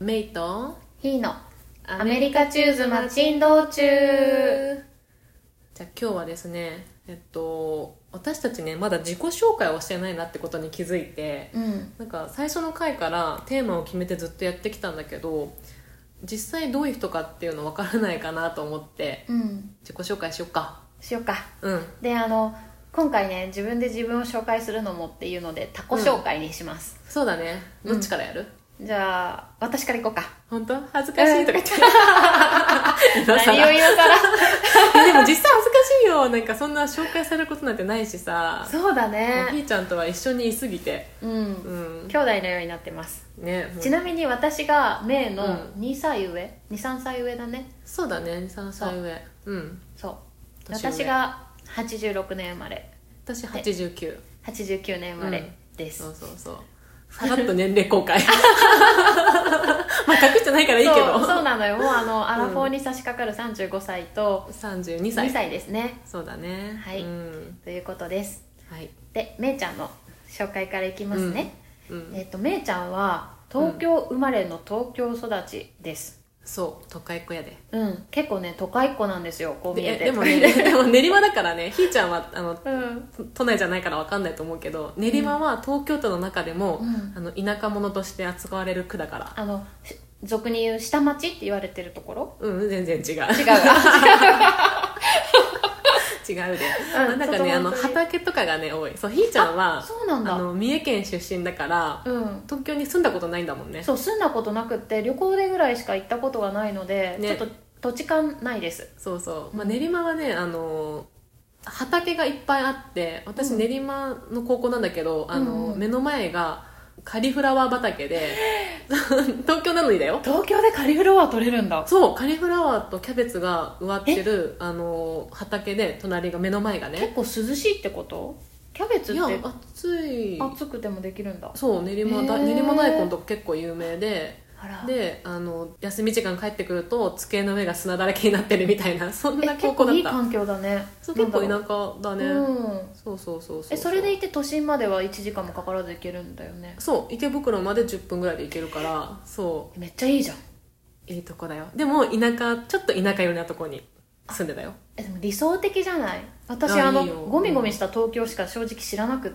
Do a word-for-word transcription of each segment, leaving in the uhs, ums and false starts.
メイとヒーのアメリカチューズマッチン道中。 じゃあ今日はですね、えっと私たちねまだ自己紹介をしてないなってことに気づいて、 うん、 なんか最初の回からテーマを決めてずっとやってきたんだけど、実際どういう人かっていうの分からないかなと思って、 うん、 自己紹介しよっか。 しようか。 うんで、あの今回ね、自分で自分を紹介するのもっていうので他己紹介にします、 うん、そうだね。どっちからやる？ うん、じゃあ私からいこうか。 本当？恥ずかしいとか言って、 何を今更でも実際恥ずかしいよ。なんかそんな紹介されることなんてないしさ。 そうだね。 ひーちゃんとは一緒にいすぎて、 うん、 うん、 兄弟のようになってます、 ね、 ちなみに私がメイのにさい上、にさんさい上だね。 そうだね、にさんさい上。うん、 そう年上。 私がはちじゅうろくねん生まれ、 私はちじゅうきゅう。 はちじゅうきゅうねん生まれです、 うん、そうそうそう。さらっと年齢公開。まあ隠してないからいいけど。 そう、そうなのよ。もうあのアラフォーに差し掛かるさんじゅうごさいとさんじゅうにさい。 にさいですね。 そうだね。 はい、うん、ということです。 はい。 で、めいちゃんの紹介からいきますね。 うんうん、 えっとめいちゃんは東京生まれの東京育ちです。 そう、都会っ子やで。 うん、結構ね都会っ子なんですよ、こう見えて。 でもね、でも練馬だからね、ひーちゃんはあの、 うん、 都内じゃないから分かんないと思うけど、練馬は東京都の中でも、 うん、 あの田舎者として扱われる区だから。 あの俗に言う下町って言われてるところ。 うん、全然違う。違う。 違う。 違うで、 うん、 なんかね、あの畑とかがね多い。そう、ひーちゃんはそうなんだ、 あの三重県出身だから、 うん、 東京に住んだことないんだもんね。 そう、住んだことなくって旅行でぐらいしか行ったことがないので、ね、ちょっと土地勘ないです。 そうそう、まあ、練馬はね、あの畑がいっぱいあって、私練馬の高校なんだけど、うん、あの、うん、目の前がカリフラワー畑で東京なのにだよ。 東京でカリフラワー取れるんだ。 そう、カリフラワーとキャベツが植わってるあの畑で、隣が目の前がね。 結構涼しいってこと？キャベツって。いや、 暑い。 暑くてもできるんだ。 そう、練馬だ、練馬大根とか結構有名で、で、あの休み時間帰ってくると机の上が砂だらけになってるみたいな、そんな高校だった。 結構いい環境だね。 そう、結構田舎だね、うん、そうそうそうそう。 え、それでいて都心まではいちじかんもかからず行けるんだよね。 そう、池袋までじゅっぷんぐらいで行けるから。そう、 めっちゃいいじゃん。 いいとこだよ。でも田舎、ちょっと田舎寄りなとこに住んでたよ。 え、でも理想的じゃない？私あのゴミゴミした東京しか正直知らなくって、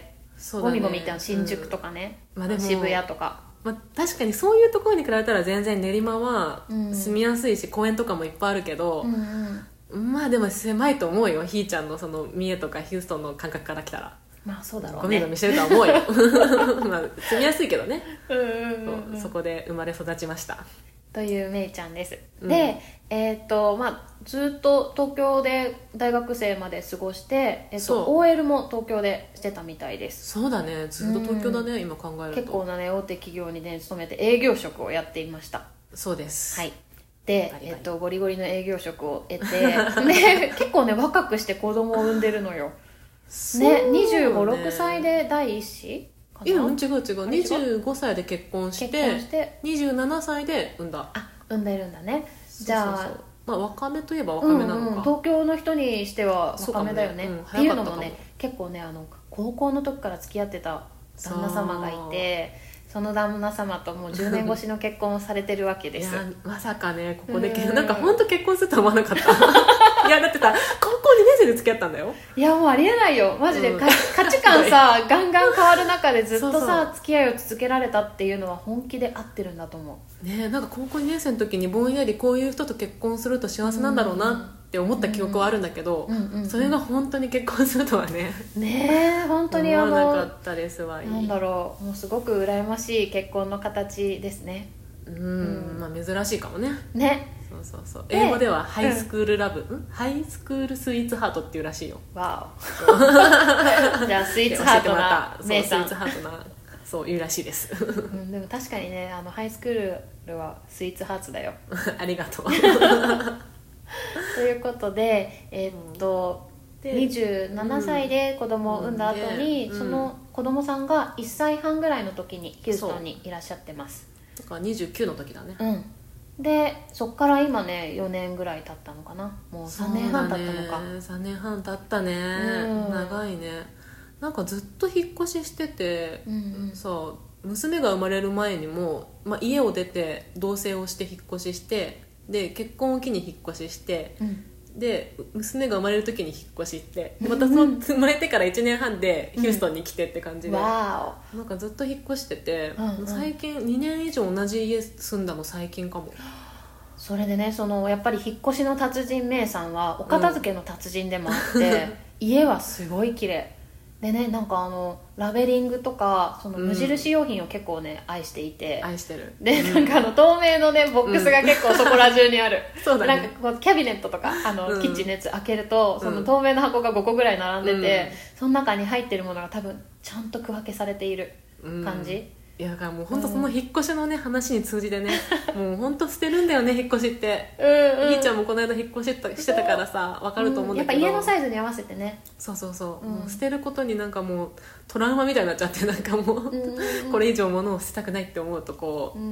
うん、ゴミゴミって新宿とかね、うん、まあ、でも渋谷とか、 まあ、確かにそういうところに比べたら全然練馬は住みやすいし、うん、公園とかもいっぱいあるけど、うんうん、まあでも狭いと思うよ、ひーちゃんのその三重とかヒューストンの感覚から来たら。まあそうだろうね、ゴミゴミしてるとは思うよまあ住みやすいけどね。うんうん、うん、そ, そこで生まれ育ちましたというめいちゃんです、うん、で、えーっとまあ、ずっと東京で大学生まで過ごして、えーっと、オーエル も東京でしてたみたいです。 そうだね、ずっと東京だね、うん、今考えると。 結構な、ね、大手企業に、ね、勤めて営業職をやっていました。 そうです、 はい。で、えーっと、ゴリゴリの営業職を得て、ね、結構ね若くして子供を産んでるのよね。にじゅうご、ろくさいで第一子。 いや、違う違う、にじゅうごさいで結婚して、結婚してにじゅうななさいで産んだ。 あ、産んでるんだね。じゃあ、そうそうそう、 まあ、若めといえば若めなのか、うんうん、 東京の人にしては若めだよね、うん、っていうのもね、結構ね、あの高校の時から付き合ってた旦那様がいて、その旦那様ともうじゅうねん越しの結婚をされてるわけです。 いや、まさかね、ここでなんか本当結婚するとは思わなかったいや、だってさ、高校にねん生で付き合ったんだよ。 いや、もうありえないよマジで、うん、価値観さガンガン変わる中でずっとさ、そうそう、付き合いを続けられたっていうのは本気で合ってるんだと思うね。なんか高校にねん生の時にぼんやりこういう人と結婚すると幸せなんだろうなって思った記憶はあるんだけど、それが本当に結婚するとはねねえ、本当にあの思わなかったですわ。 なんだろう、もうすごく羨ましい結婚の形ですね。 うん、うん、まあ珍しいかもね。 ね。 そうそうそう。英語ではハイスクールラブ、うん、ハイスクールスイーツハートっていうらしいよ。 わおじゃあスイーツハートなメイさん、 スイーツハートな、そう言うらしいです、 うん、でも確かにね、あのハイスクールはスイーツハーツだよありがとうということで、えー、っと、うん、にじゅうななさいで子供を産んだ後に、うん、その子供さんがいっさいはんぐらいの時にヒューストンにいらっしゃってます。 だからにじゅうきゅうの時だね。 うん。で、そっから今ねよねんぐらい経ったのかな。もうさんねんはん経ったのか。 ね、さんねんはん経ったね、うん、長いね。なんかずっと引っ越ししてて、うんうん、さ、娘が生まれる前にもまあ、家を出て同棲をして引っ越ししてで結婚を機に引っ越しして、うん、で娘が生まれる時に引っ越しってでまたその生まれてからいちねんはんでヒューストンに来てって感じで、うん、なんかずっと引っ越してて、うんうん、最近にねん以上同じ家住んだの最近かも。 それでねそのやっぱり引っ越しの達人メイさんはお片付けの達人でもあって、うん、家はすごい綺麗でね、なんかあのラベリングとかその無印用品を結構ね、うん、愛していて愛してるで、うん、なんかあの透明のねボックスが結構そこら中にある、 うん、そうだね、 なんかこうキャビネットとかあの、うん、キッチンのやつ開けるとその透明の箱がごこぐらい並んでて、うん、その中に入ってるものが多分ちゃんと区分けされている感じ、うんいやだからもう本当その引っ越しのね、うん、話に通じてねもう本当捨てるんだよね引っ越しってうん、うん、ひーちゃんもこの間引っ越ししてたからさ分かると思うんだけど、 うん、やっぱ家のサイズに合わせてねそうそうそう、うん、もう捨てることになんかもうトラウマみたいになっちゃってなんかもう、うん、これ以上物を捨てたくないって思うとこう、うん、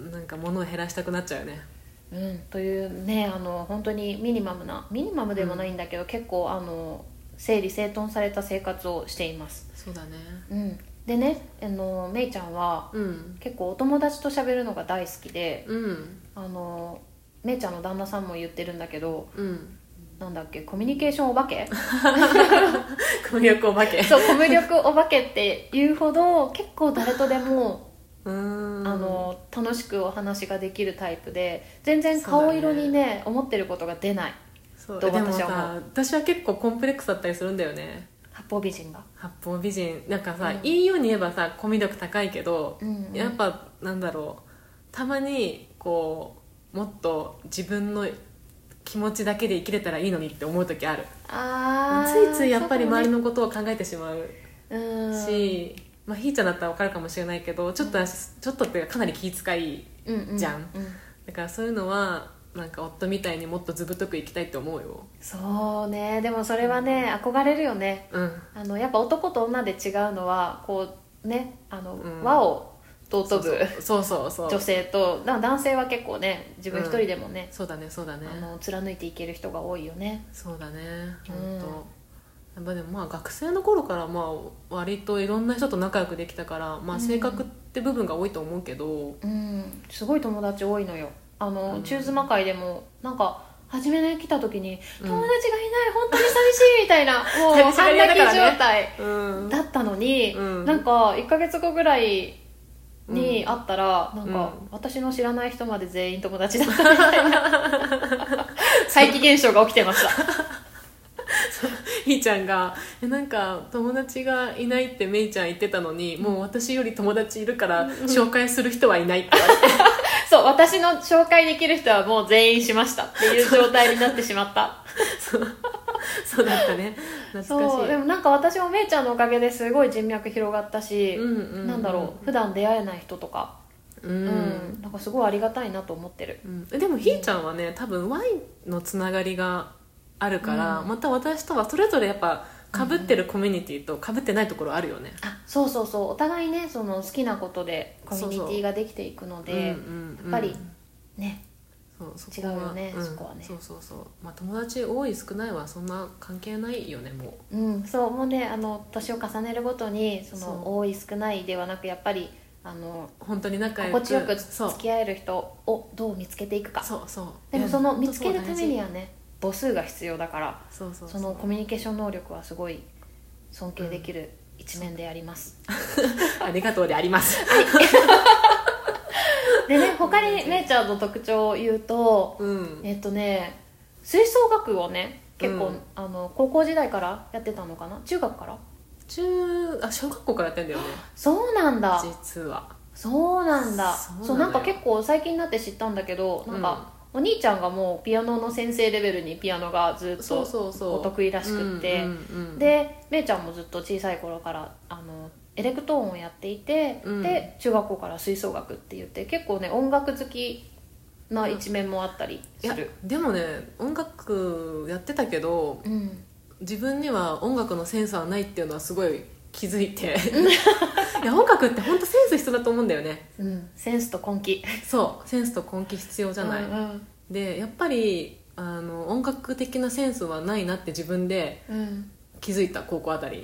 なんか物を減らしたくなっちゃうよねうん、というねあの本当にミニマムなミニマムでもないんだけど、うん、結構あの整理整頓された生活をしています。 そうだね、 うんでね、あのめいちゃんは、うん、結構お友達と喋るのが大好きで、うん、あのめいちゃんの旦那さんも言ってるんだけど、うん、なんだっけコミュニケーションお化けコミュ力お化けそうコミュ力お化けっていうほど結構誰とでもうーんあの楽しくお話ができるタイプで全然顔色に ね, ね思ってることが出ないそうと私は思う。でもさ私は結構コンプレックスだったりするんだよね八方美人が八方美人なんかさ、うん、いいように言えばさコミュ力高いけど、うんうん、やっぱなんだろうたまにこうもっと自分の気持ちだけで生きれたらいいのにって思う時あるあついついやっぱり周りのことを考えてしまうし、まあ、ひーちゃんだったら分かるかもしれないけどちょっと、うん、ちょっとっていうかかなり気遣いじゃん、うんうんうん、だからそういうのはなんか夫みたいにもっとずぶとく生きたいって思うよ。 そうねでもそれはね、うん、憧れるよね、うん、あのやっぱ男と女で違うのはこうねあの、うん、和を尊ぶそうそうそう女性と男性は結構ね自分一人でもね、 うん、そうだねそうだねあの貫いていける人が多いよね。 そうだね本当、うん、やっぱでもまあ学生の頃からまあ割といろんな人と仲良くできたから、まあ、性格って部分が多いと思うけど、 うん、すごい友達多いのよあの、うん、中妻会でもなんか初めに来た時に、うん、友達がいない本当に寂しいみたいなもう半泣き状態だったのに、うん、なんかいっかげつごぐらいに会ったら、うん、なんか、うん、私の知らない人まで全員友達だったみたいな怪奇現象が起きてましたひーちゃんがえなんか友達がいないってめいちゃん言ってたのに、うん、もう私より友達いるから紹介する人はいないって言われてそう私の紹介できる人はもう全員しましたっていう状態になってしまったそうそうだったね懐かしい。 そうでもなんか私もめいちゃんのおかげですごい人脈広がったし、うんうんうん、なんだろう普段出会えない人とかうん、うん、なんかすごいありがたいなと思ってる、 うん、でもひーちゃんはね多分ワインのつながりがあるから、うん、また私とはそれぞれやっぱ被ってるコミュニティと被ってないところあるよね、 うん、あそうそうそうお互いねその好きなことでコミュニティができていくのでやっぱりねそうそこ違うよね、うん、そこはねそうそうそう、まあ、友達多い少ないはそんな関係ないよねもううんそうもうねあの年を重ねるごとにその多い少ないではなくやっぱりあの本当に仲良く心地よく付き合える人をどう見つけていくか。そうそうでもその見つけるためにはね母数が必要だからそうそうそうそのコミュニケーション能力はすごい尊敬できる一面であります、 うん、ありがとうであります、 はいでね他にめいちゃんの特徴を言うと、うん、えっとね吹奏楽をね結構、うん、あの高校時代からやってたのかな中学から中あ小学校からやってんだよね。 そうなんだ実はそうなんだそうそうなんか結構最近になって知ったんだけどなんか、うん、お兄ちゃんがもうピアノの先生レベルにピアノがずっとお得意らしくってでめいちゃんもずっと小さい頃からあのエレクトーンをやっていて、うん、で中学校から吹奏楽って言って結構ね音楽好きな一面もあったりする。 いやでもね音楽やってたけど、うん、自分には音楽のセンスはないっていうのはすごい気づいていや音楽って本当センス必要だと思うんだよね、 うん、センスと根気そうセンスと根気必要じゃない、うんうん、でやっぱりあの音楽的なセンスはないなって自分で気づいた、高校あたりに。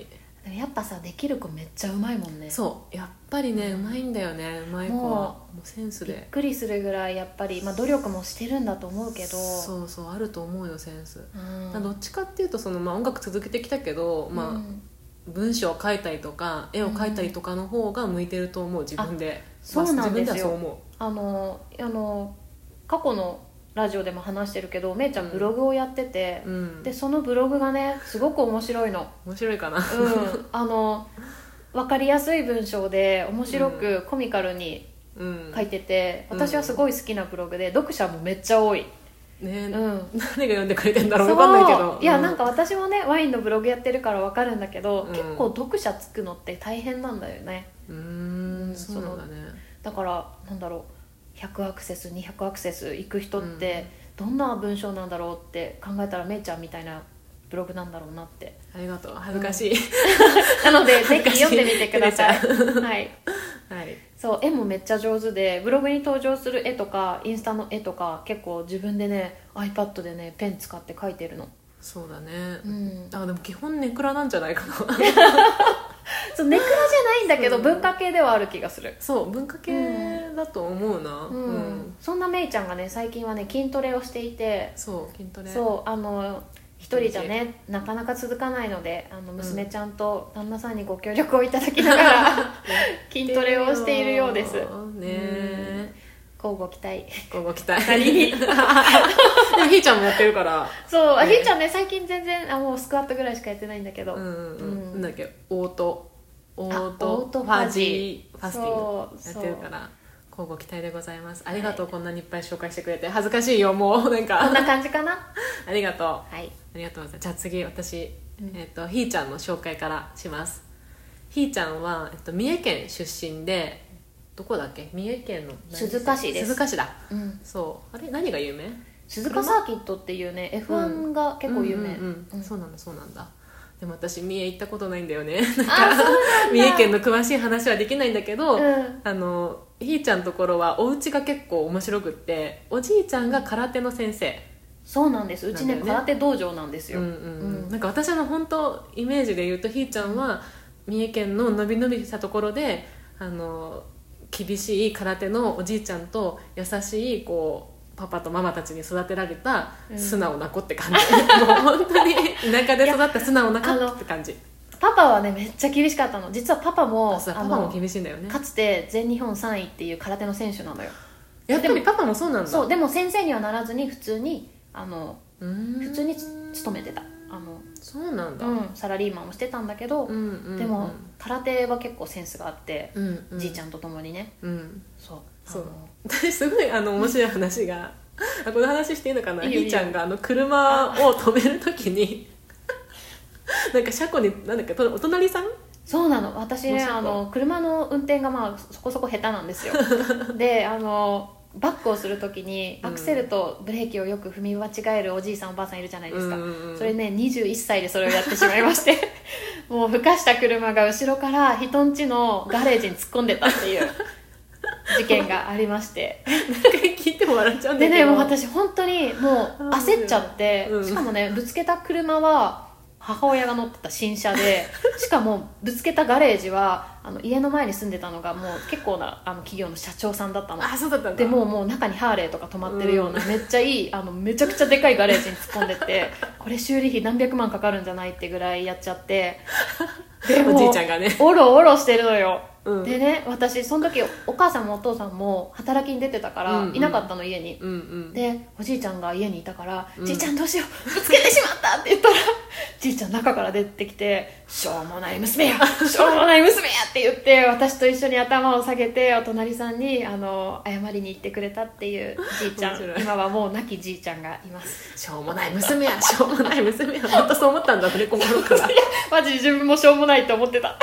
でもやっぱさできる子めっちゃうまいもんね。 そうやっぱりねうまいんだよね。うまい子はもうセンスでびっくりするぐらいやっぱり、まあ、努力もしてるんだと思うけど、 そうそうあると思うよセンス、 うん、 どっちかっていうとその、まあ、音楽続けてきたけど、まあ、うん文章を書いたりとか絵を描いたりとかの方が向いてると思う、自分で。 そうなんですよ、 まあ、自分ではそう思う。 あのあの過去のラジオでも話してるけどめいちゃんブログをやってて、うん、でそのブログがねすごく面白いの。 面白いかな、 うん、あの分かりやすい文章で面白くコミカルに書いてて、うん、私はすごい好きなブログで読者もめっちゃ多いね、 うん、 何が読んでくれてんだろう分かんないけど、 いや、うん、なんか私もねワインのブログやってるから分かるんだけど、うん、結構読者つくのって大変なんだよね。 うーんそうなんだね。 だからなんだろうひゃくアクセスにひゃくアクセスいく人ってどんな文章なんだろうって考えたらめいちゃんみたいなブログなんだろうなって。 ありがとう恥ずかしい、 うん、なのでぜひ読んでみてくださいはい、 はい、 そう絵もめっちゃ上手でブログに登場する絵とかインスタの絵とか結構自分でね iPad でねペン使って描いてるの。 そうだね、 うん、 あでも基本ネクラなんじゃないかなそうネクラじゃないんだけど文化系ではある気がする。 そう文化系だと思うな、 うんうん、そんなめいちゃんがね最近はね筋トレをしていて、 そう筋トレそうあの一人じゃねなかなか続かないのであの娘ちゃんと旦那さんにご協力をいただきながら、うん、筋トレをしているようですねえ、交互期待交互期待でもひーちゃんもやってるからそう、ね、ひーちゃんね最近全然あもうスクワットぐらいしかやってないんだけど、うんうんうん、 なんだっけオートオートファジーファスティングやってるから交互期待でございます。ありがとう、はい、こんなにいっぱい紹介してくれて恥ずかしいよもうなんかこんな感じかなありがとう、 はい、 ありがとうございます。じゃあ次私、うん、えー、とひーちゃんの紹介からします。ひーちゃんは、えっと、三重県出身でどこだっけ三重県の鈴鹿市です。 鈴鹿市だ、 うん、 そうあれ何が有名？ 鈴鹿サーキットっていうね エフワン が結構有名、 そうなんだそうなんだ。でも私三重行ったことないんだよねなんか三重県の詳しい話はできないんだけど、うん、あのひーちゃんのところはお家が結構面白くっておじいちゃんが空手の先生。 そうなんです。うちね空手道場なんですよ、うんうんうん、なんか私の本当イメージで言うとひーちゃんは三重県ののびのびしたところであの厳しい空手のおじいちゃんと優しいこうパパとママたちに育てられた素直な子って感じ、うん、もう本当に田舎で育った素直な子って感じ。 パパはねめっちゃ厳しかったの。実はパパもあパパも厳しいんだよね。 かつて全日本さんいっていう空手の選手なのよ。 やっぱりパパもそうなんだ。 そうでも先生にはならずに普通にあの普通に勤めてた。あのそうなんだ、 うん、サラリーマンもしてたんだけど、うんうんうん、でも空手は結構センスがあって、うんうん、じいちゃんと共にね、うん、そうそう私すごいあの面白い話があこの話していいのかな。ひーちゃんがあの車を止めるときになんか車庫になんだっけお隣さんそうなの私ねあの車の運転がまあそこそこ下手なんですよであのバックをするときにアクセルとブレーキをよく踏み間違えるおじいさんおばあさんいるじゃないですか、うんうんうん、それねにじゅういっさいでそれをやってしまいましてもうふかした車が後ろから人ん家のガレージに突っ込んでたっていう事件がありまして聞いても笑っちゃうんだけどでねもう私本当にもう焦っちゃって、うん、しかもねぶつけた車は母親が乗ってた新車でしかもぶつけたガレージはあの家の前に住んでたのがもう結構なあの企業の社長さんだったの。 あそうだったんだ。 でもうもう中にハーレーとか止まってるような、うん、めっちゃいいあのめちゃくちゃでかいガレージに突っ込んでてこれ修理費何百万かかるんじゃないってぐらいやっちゃってでもおじいちゃんがねおろおろしてるのよ、 うん、 でね私その時お母さんもお父さんも働きに出てたから、うんうん、いなかったの家に、うんうん、でおじいちゃんが家にいたから、うん、じいちゃんどうしようぶつけてしまったって言ったらじいちゃん中から出てきてしょうもない娘やしょうもない娘やって言って私と一緒に頭を下げてお隣さんにあの謝りに行ってくれたっていうじいちゃん今はもう亡きじいちゃんがいます。 しょうもない娘やしょうもない娘や本当そう思ったんだそれ心からいやマジ自分もしょうもないと思ってた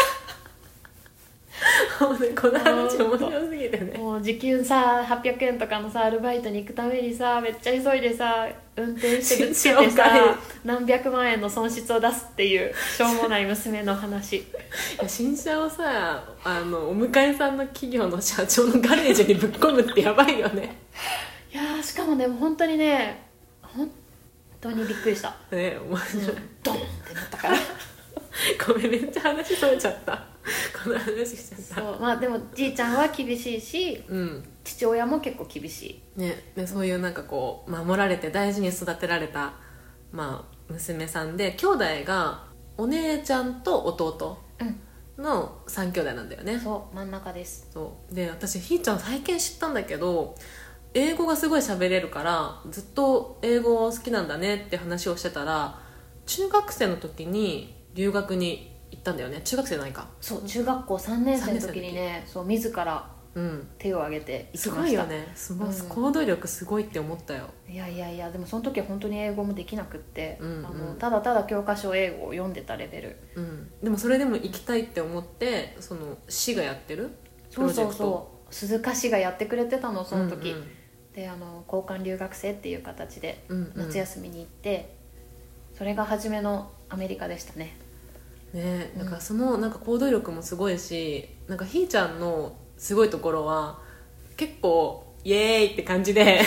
もうねこの話面白すぎてねもう時給さはっぴゃくえんとかのさアルバイトに行くためにさめっちゃ急いでさ運転してぶつけてさ何百万円の損失を出すっていうしょうもない娘の話いや新車をさあのお迎えさんの企業の社長のガレージにぶっ込むってやばいよねいやしかもね本当にね本当にびっくりしたね面白い、うん、 ドンってなったからごめんめっちゃ話それちゃったこの話しちゃった。 そうまあでもじいちゃんは厳しいし、うん、父親も結構厳しい、 ね、でそういうなんかこう守られて大事に育てられた、まあ、娘さんで兄弟がお姉ちゃんと弟のさん兄弟なんだよね、 うん、そう真ん中です。 そうで私ひーちゃん最近知ったんだけど英語がすごい喋れるからずっと英語好きなんだねって話をしてたら中学生の時に留学に行ったんだよね。中学生ないか。 そう中学校さんねん生の時にねそう自ら手を挙げて行きました、うん、すごいよね。すごい、うん、行動力すごいって思ったよ。 いやいやいやでもその時は本当に英語もできなくって、うんうん、あのただただ教科書英語を読んでたレベル、 うん、でもそれでも行きたいって思ってその市がやってるプロジェクト、そうそうそう鈴鹿市がやってくれてたのその時、うんうん、であの交換留学生っていう形で夏休みに行って、うんうん、それが初めのアメリカでしたね。 ね、なんかそのなんか行動力もすごいし、なんかひーちゃんのすごいところは結構イエーイって感じで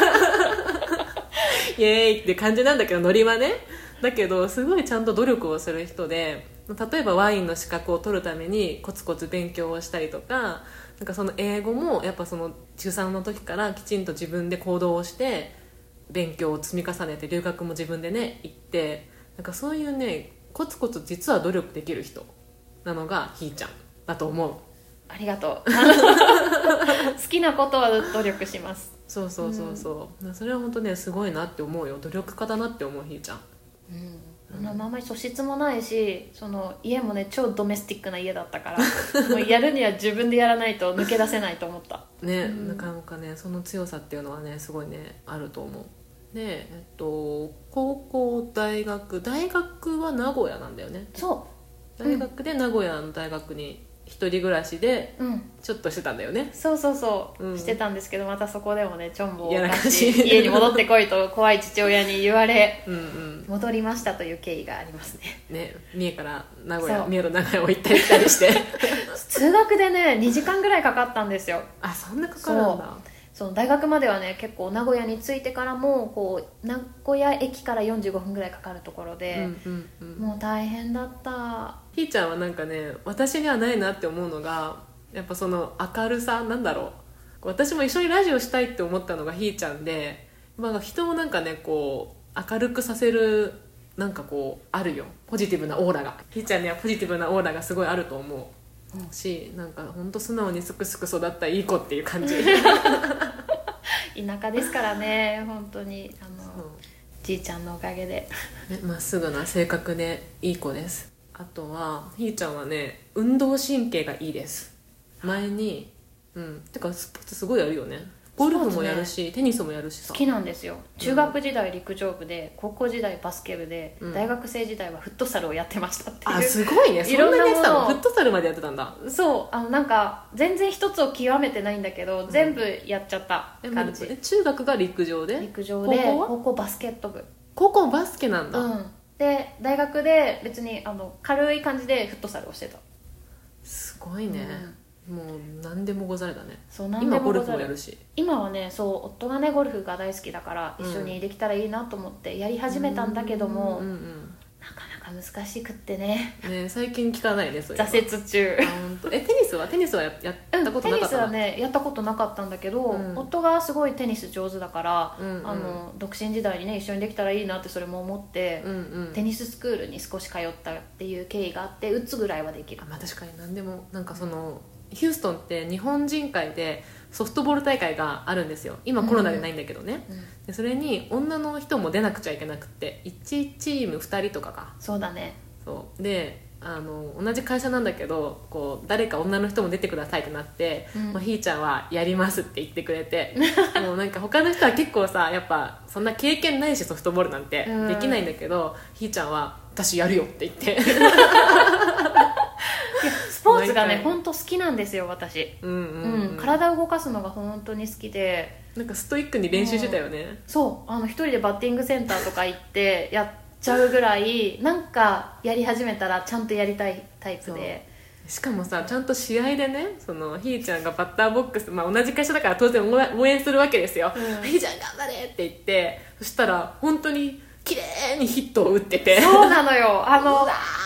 イエーイって感じなんだけどノリはねだけどすごいちゃんと努力をする人で、例えばワインの資格を取るためにコツコツ勉強をしたりとか、なんかその英語もやっぱその中さんの時からきちんと自分で行動をして勉強を積み重ねて留学も自分でね行って、なんかそういうねコツコツ実は努力できる人なのがひーちゃんだと思う。 ありがとう好きなことは努力します。 そうそうそうそう、うん、それは本当ねすごいなって思うよ。努力家だなって思うひーちゃん、 うん、あんまり素質もないしその家もね超ドメスティックな家だったからもうやるには自分でやらないと抜け出せないと思ったね、うん、なかなかねその強さっていうのはねすごいねあると思う。で、えっと、高校大学大学は名古屋なんだよね。 そう大学で名古屋の大学に一人暮らしでちょっとしてたんだよね、うん、 そうそうそう、うん、してたんですけどまたそこでもねちょんぼをかし家に戻ってこいと怖い父親に言われうん、うん、戻りましたという経緯がありますね。 ね三重から名古屋三重と名古屋を行ったり来たりして通学でねにじかんぐらいかかったんですよ。 あそんなかかるんだ。 その大学まではね結構名古屋に着いてからもこう名古屋駅からよんじゅうごふんぐらいかかるところで、うんうんうん、もう大変だった。 ひーちゃんはなんかね私にはないなって思うのがやっぱその明るさなんだろう。私も一緒にラジオしたいって思ったのがひーちゃんで、まあ、人をなんかねこう明るくさせるなんかこうあるよポジティブなオーラが。ひーちゃんにはポジティブなオーラがすごいあると思うし、なんか本当素直にすくすく育ったいい子っていう感じ田舎ですからね本当にあのじいちゃんのおかげでまっすぐな性格でいい子です。あとはひーちゃんはね運動神経がいいです。前にうんてかスポーツすごいやるよね。ゴルフもやるし、ね、テニスもやるしさ。 好きなんですよ。中学時代陸上部で、うん、高校時代バスケ部で、うん、大学生時代はフットサルをやってましたっていう。 あすごいね。そんなにやってたの。フットサルまでやってたんだ。 そうあのなんか全然一つを極めてないんだけど、うん、全部やっちゃった感じ。 え中学が陸上で陸上で高校は高校バスケット部。 高校バスケなんだ、 うん、で大学で別にあの軽い感じでフットサルをしてた。 すごいね、うん、もう何でもござれだね。 そう何でもござれ。 今ゴルフもやるし。 今はねそう夫がねゴルフが大好きだから一緒にできたらいいなと思ってやり始めたんだけども、うんうんうん、なかなか難しくってね。 ね最近聞かないねそれ。 挫折中。 あ本当。えテニスはテニスは や, やったことなかったの、うん、テニスはねやったことなかったんだけど、うん、夫がすごいテニス上手だから、うんうん、あの独身時代にね一緒にできたらいいなってそれも思って、うんうん、テニススクールに少し通ったっていう経緯があって打つぐらいはできる。 あ、まあ、確かに何でもなんかそのヒューストンって日本人会でソフトボール大会があるんですよ。今コロナでないんだけどね、うんうん、でそれに女の人も出なくちゃいけなくていちチームふたりとかか。 そうだね。 そうであの同じ会社なんだけどこう誰か女の人も出てくださいってなって、うんまあ、ひーちゃんはやりますって言ってくれてもうなんか他の人は結構さやっぱそんな経験ないしソフトボールなんてできないんだけど、うん、ひーちゃんは私やるよって言ってスポーツがね本当好きなんですよ私、うんうんうんうん、体を動かすのが本当に好きでなんかストイックに練習してたよね、 うん、そうあの一人でバッティングセンターとか行ってやっちゃうぐらいなんかやり始めたらちゃんとやりたいタイプで。 しかもさちゃんと試合でねそのひーちゃんがバッターボックス、まあ、同じ会社だから当然応援するわけですよ、うん、ひーちゃん頑張れって言ってそしたら本当に綺麗にヒットを打っててそうなのよあの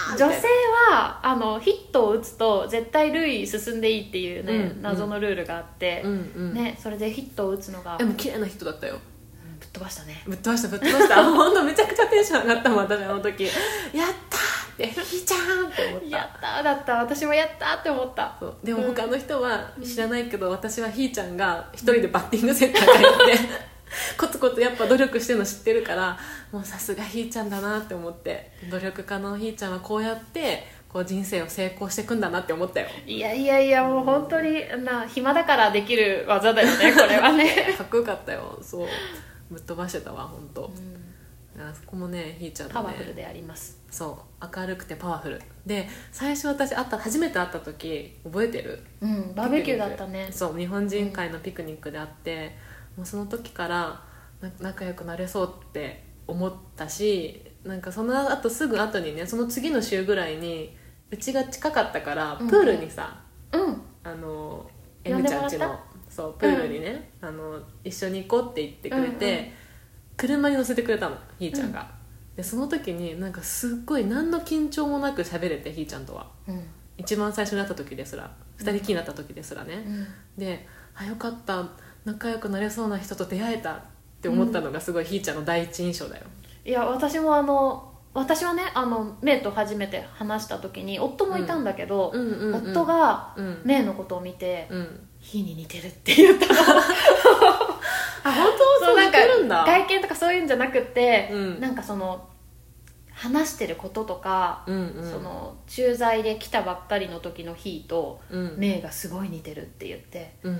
女性はあのヒットを打つと絶対塁進んでいいっていうね、うんうん、謎のルールがあって、うんうん、ね、それでヒットを打つのがでも綺麗なヒットだったよ。 ぶっ飛ばしたね。 ぶっ飛ばしたぶっ飛ばした本当めちゃくちゃテンション上がったもん私あの時。やったーってひーちゃんって思った。 やったーだった。私もやったーって思った。 そうでも他の人は知らないけど、うん、私はひーちゃんが一人でバッティングセンターから行って、うん、コツコツやっぱ努力してるの知ってるから、もうさすがひーちゃんだなって思って、努力家のひーちゃんはこうやってこう人生を成功していくんだなって思ったよ。 いやいやいやもう本当にな暇だからできる技だよねこれはねかっこよかったよ。そうぶっ飛ばしてたわ本当、うん、あそこもねひーちゃんのねパワフルであります。 そう明るくてパワフルで、最初私会った初めて会った時覚えてる？ うん、バーベキューだったね。 そう日本人会のピクニックで会って、うん、もうその時から仲良くなれそうって思ったし、なんかその後すぐ後にね、その次の週ぐらいにうちが近かったからプールにさ、 うん、 あの M ちゃんちのそうプールにね、うん、あの一緒に行こうって言ってくれて、うんうん、車に乗せてくれたのひーちゃんが、うん、でその時になんかすっごい何の緊張もなく喋れて、ひーちゃんとは、うん、一番最初に会った時ですら、ふたりきりになった時ですらね、うん、であよかった仲良くなれそうな人と出会えたって思ったのがすごいひーちゃんの第一印象だよ。 いや私もあの私はねあのメイと初めて話した時に夫もいたんだけど、うんうんうんうん、夫がメイのことを見て、うん、ヒーに似てるって言ったのあ本当？そう似てるんだ。 外見とかそういうんじゃなくて、うん、なんかその話してることとか、うんうん、その駐在で来たばっかりの時のヒーと、うん、メイがすごい似てるって言って、うんうん、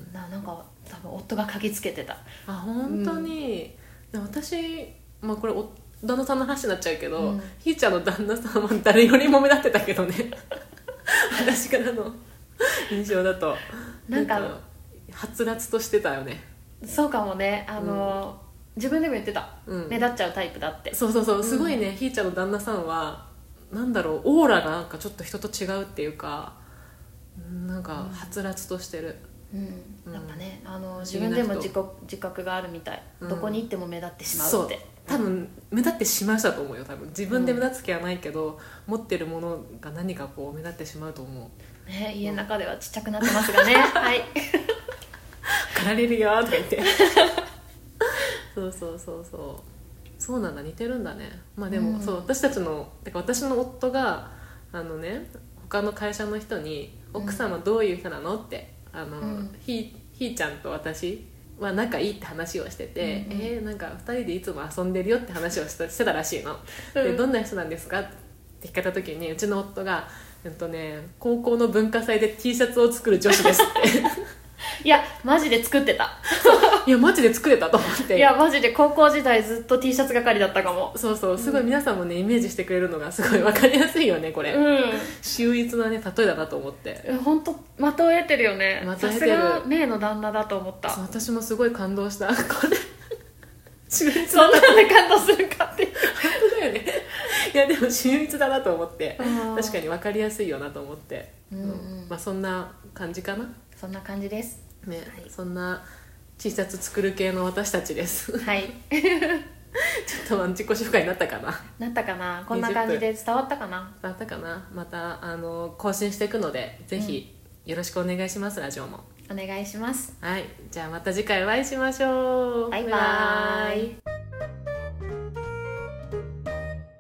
な, なんか多分夫が嗅ぎつけてた。 あ本当に、うん、私、まあ、これ旦那さんの話になっちゃうけど、うん、ひーちゃんの旦那さんは誰よりも目立ってたけどね私からの印象だとなんかはつらつとしてたよね。 そうかもねあの、うん、自分でも言ってた、うん、目立っちゃうタイプだって。 そうそうそうすごいね、うん、ひーちゃんの旦那さんはなんだろうオーラがなんかちょっと人と違うっていうかなんかはつらつとしてる、 うん、やっぱねあの自分でも自己自覚があるみたい、うん、どこに行っても目立ってしまうって。 多分目立ってしまう人だと思うよ。多分自分で目立つ気はないけど、うん、持ってるものが何かこう目立ってしまうと思う、 ね、家の中ではちっちゃくなってますがねはい狩られるよとか言ってそうそうそうそうそうなんだ似てるんだね。まあでも、うん、そう私たちのてか私の夫があのね他の会社の人に奥様どういう人なのってあの、うん、ひ, ひーちゃんと私は仲いいって話をしてて、うんうん、えー、なんかふたりでいつも遊んでるよって話をしたしてたらしいの、うん、でどんな人なんですかって聞かれた時にうちの夫が、えっとね、高校の文化祭で T シャツを作る女子ですっていやマジで作ってたいやマジで作れたと思って。 いやマジで高校時代ずっと T シャツ係だったかも。 そうそうすごい皆さんもね、うん、イメージしてくれるのがすごい分かりやすいよねこれ、うん、秀逸なね例えだなと思って。 本当的を得てるよね。さすがメイの旦那だと思った。 私もすごい感動したこれ秀逸そんなんで感動するかって本当だよねいやでも秀逸だなと思って確かに分かりやすいよなと思って、うんうん、まあそんな感じかな。 そんな感じですね、はい、そんな T シャツ作る系の私たちですはいちょっと自己紹介になったかななったかな。こんな感じで伝わったかな。 伝わったかな。またあの更新していくのでぜひよろしくお願いします、うん、ラジオもお願いします。 はいじゃあまた次回お会いしましょう。 バイバーイ。